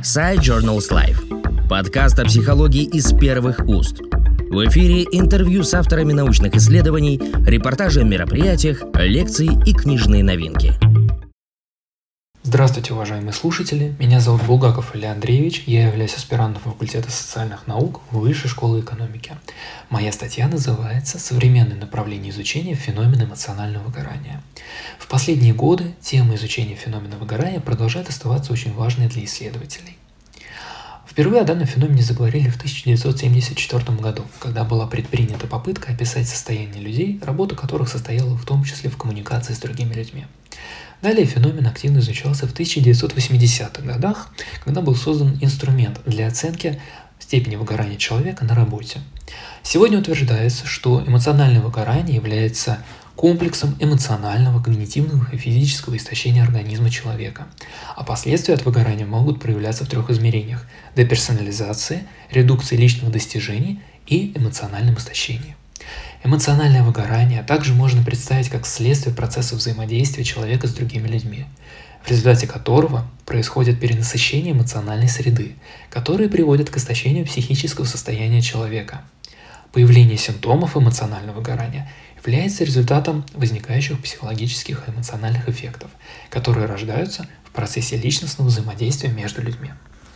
Sci Journals Life. Подкаст о психологии из первых уст. В эфире интервью с авторами научных исследований, репортажи о мероприятиях, лекции и книжные новинки. Здравствуйте, уважаемые слушатели. Меня зовут Булгаков Илья Андреевич. Я являюсь аспирантом факультета социальных наук Высшей школы экономики. Моя статья называется «Современные направления изучения феномена эмоционального выгорания». В последние годы тема изучения феномена выгорания продолжает оставаться очень важной для исследователей. Впервые о данном феномене заговорили в 1974 году, когда была предпринята попытка описать состояние людей, работа которых состояла в том числе в коммуникации с другими людьми. Далее феномен активно изучался в 1980-х годах, когда был создан инструмент для оценки степени выгорания человека на работе. Сегодня утверждается, что эмоциональное выгорание является комплексом эмоционального, когнитивного и физического истощения организма человека, а последствия от выгорания могут проявляться в трех измерениях – деперсонализации, редукции личных достижений и эмоциональном истощении. Эмоциональное выгорание также можно представить как следствие процесса взаимодействия человека с другими людьми, в результате которого происходит перенасыщение эмоциональной среды, которое приводит к истощению психического состояния человека. Появление симптомов эмоционального выгорания является результатом возникающих психологических и эмоциональных эффектов, которые рождаются в процессе личностного взаимодействия между людьми.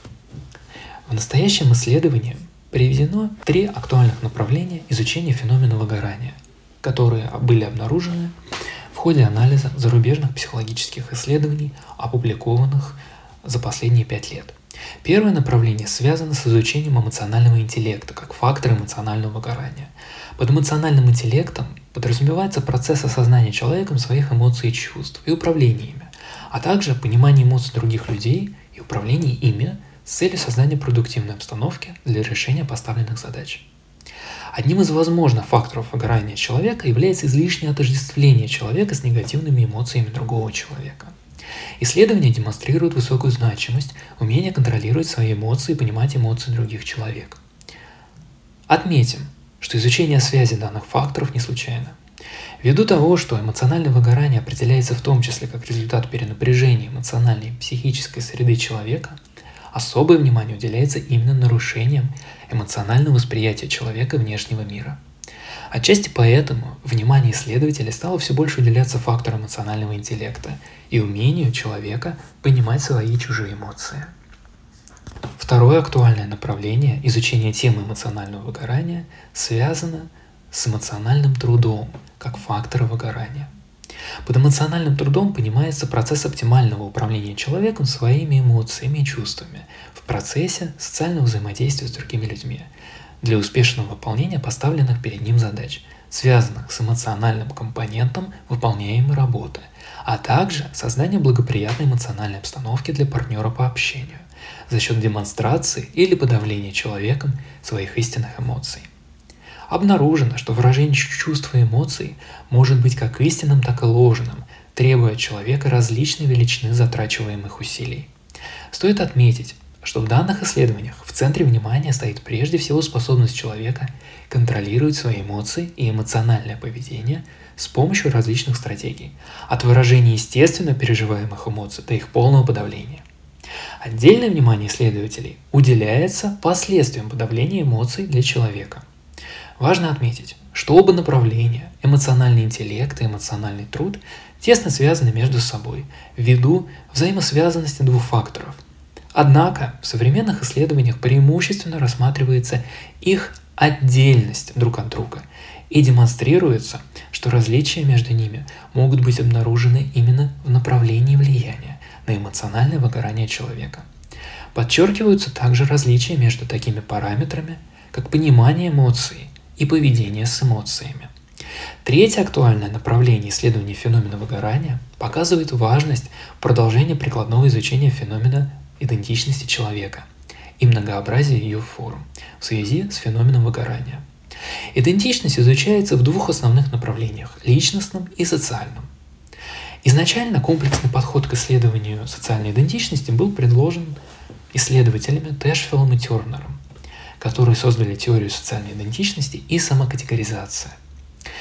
В настоящем исследовании приведено 3 актуальных направления изучения феномена выгорания, которые были обнаружены в ходе анализа зарубежных психологических исследований, опубликованных за последние 5 лет. Первое направление связано с изучением эмоционального интеллекта как фактора эмоционального выгорания. Под эмоциональным интеллектом подразумевается процесс осознания человеком своих эмоций и чувств и управления ими, а также понимание эмоций других людей и управление ими с целью создания продуктивной обстановки для решения поставленных задач. Одним из возможных факторов выгорания человека является излишнее отождествление человека с негативными эмоциями другого человека. Исследования демонстрируют высокую значимость умения контролировать свои эмоции и понимать эмоции других человек. Отметим, что изучение связи данных факторов не случайно. Ввиду того, что эмоциональное выгорание определяется в том числе как результат перенапряжения эмоциональной и психической среды человека, особое внимание уделяется именно нарушениям эмоционального восприятия человека внешнего мира. Отчасти поэтому внимание исследователей стало все больше уделяться фактору эмоционального интеллекта и умению человека понимать свои и чужие эмоции. Второе актуальное направление изучения темы эмоционального выгорания связано с эмоциональным трудом как фактора выгорания. Под эмоциональным трудом понимается процесс оптимального управления человеком своими эмоциями и чувствами в процессе социального взаимодействия с другими людьми для успешного выполнения поставленных перед ним задач, связанных с эмоциональным компонентом выполняемой работы, а также создание благоприятной эмоциональной обстановки для партнера по общению за счет демонстрации или подавления человеком своих истинных эмоций. Обнаружено, что выражение чувств и эмоций может быть как истинным, так и ложным, требуя от человека различной величины затрачиваемых усилий. Стоит отметить, что в данных исследованиях в центре внимания стоит прежде всего способность человека контролировать свои эмоции и эмоциональное поведение с помощью различных стратегий, от выражения естественно переживаемых эмоций до их полного подавления. Отдельное внимание исследователей уделяется последствиям подавления эмоций для человека. Важно отметить, что оба направления, эмоциональный интеллект и эмоциональный труд, тесно связаны между собой ввиду взаимосвязанности двух факторов. Однако в современных исследованиях преимущественно рассматривается их отдельность друг от друга и демонстрируется, что различия между ними могут быть обнаружены именно в направлении влияния на эмоциональное выгорание человека. Подчеркиваются также различия между такими параметрами, как понимание эмоций и поведение с эмоциями. Третье актуальное направление исследования феномена выгорания показывает важность продолжения прикладного изучения феномена идентичности человека и многообразия ее форм в связи с феноменом выгорания. Идентичность изучается в двух основных направлениях – личностном и социальном. Изначально комплексный подход к исследованию социальной идентичности был предложен исследователями Тэшфеллом и Тернером, которые создали теорию социальной идентичности и самокатегоризации.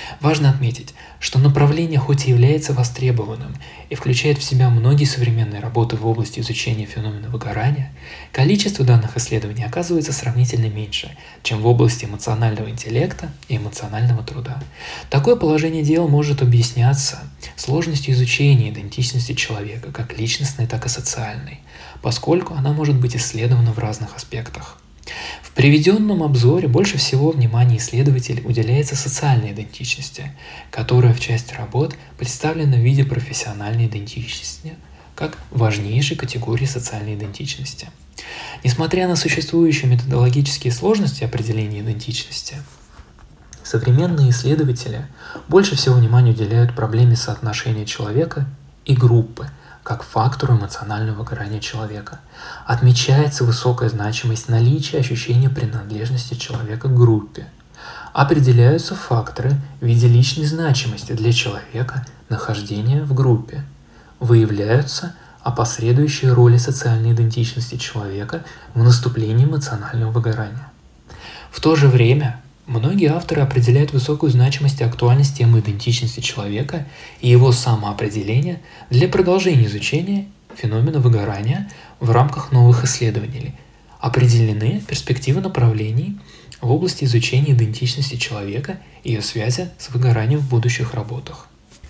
Важно отметить, что направление хоть и является востребованным и включает в себя многие современные работы в области изучения феномена выгорания, количество данных исследований оказывается сравнительно меньше, чем в области эмоционального интеллекта и эмоционального труда. Такое положение дел может объясняться сложностью изучения идентичности человека, как личностной, так и социальной, поскольку она может быть исследована в разных аспектах. В приведенном обзоре больше всего внимания исследователей уделяется социальной идентичности, которая в части работ представлена в виде профессиональной идентичности, как важнейшей категории социальной идентичности. Несмотря на существующие методологические сложности определения идентичности, современные исследователи больше всего внимания уделяют проблеме соотношения человека и группы, как фактору эмоционального выгорания человека. Отмечается высокая значимость наличия ощущения принадлежности человека к группе. Определяются факторы в виде личной значимости для человека нахождения в группе. Выявляются опосредующие роли социальной идентичности человека в наступлении эмоционального выгорания. В то же время многие авторы определяют высокую значимость и актуальность темы идентичности человека и его самоопределения для продолжения изучения феномена выгорания в рамках новых исследований. Определены перспективы направлений в области изучения идентичности человека и ее связи с выгоранием в будущих работах.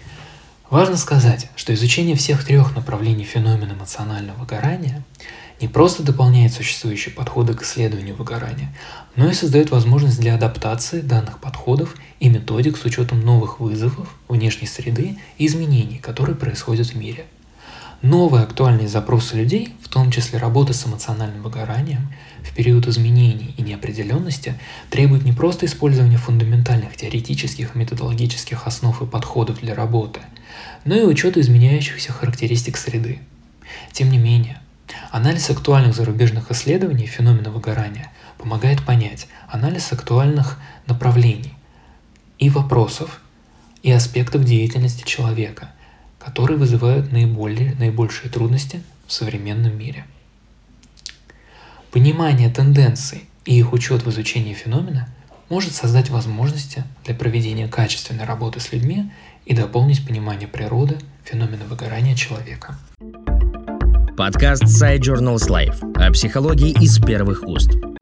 Важно сказать, что изучение всех трех направлений феномена эмоционального выгорания не просто дополняет существующие подходы к исследованию выгорания, но и создает возможность для адаптации данных подходов и методик с учетом новых вызовов внешней среды и изменений, которые происходят в мире. Новые актуальные запросы людей, в том числе работы с эмоциональным выгоранием, в период изменений и неопределенности, требуют не просто использования фундаментальных теоретических и методологических основ и подходов для работы, но и учета изменяющихся характеристик среды. Тем не менее, анализ актуальных зарубежных исследований феномена выгорания помогает понять анализ актуальных направлений и вопросов и аспектов деятельности человека, которые вызывают наибольшие трудности в современном мире. Понимание тенденций и их учет в изучении феномена может создать возможности для проведения качественной работы с людьми и дополнить понимание природы феномена выгорания человека. Подкаст Side Journals Life о психологии из первых уст.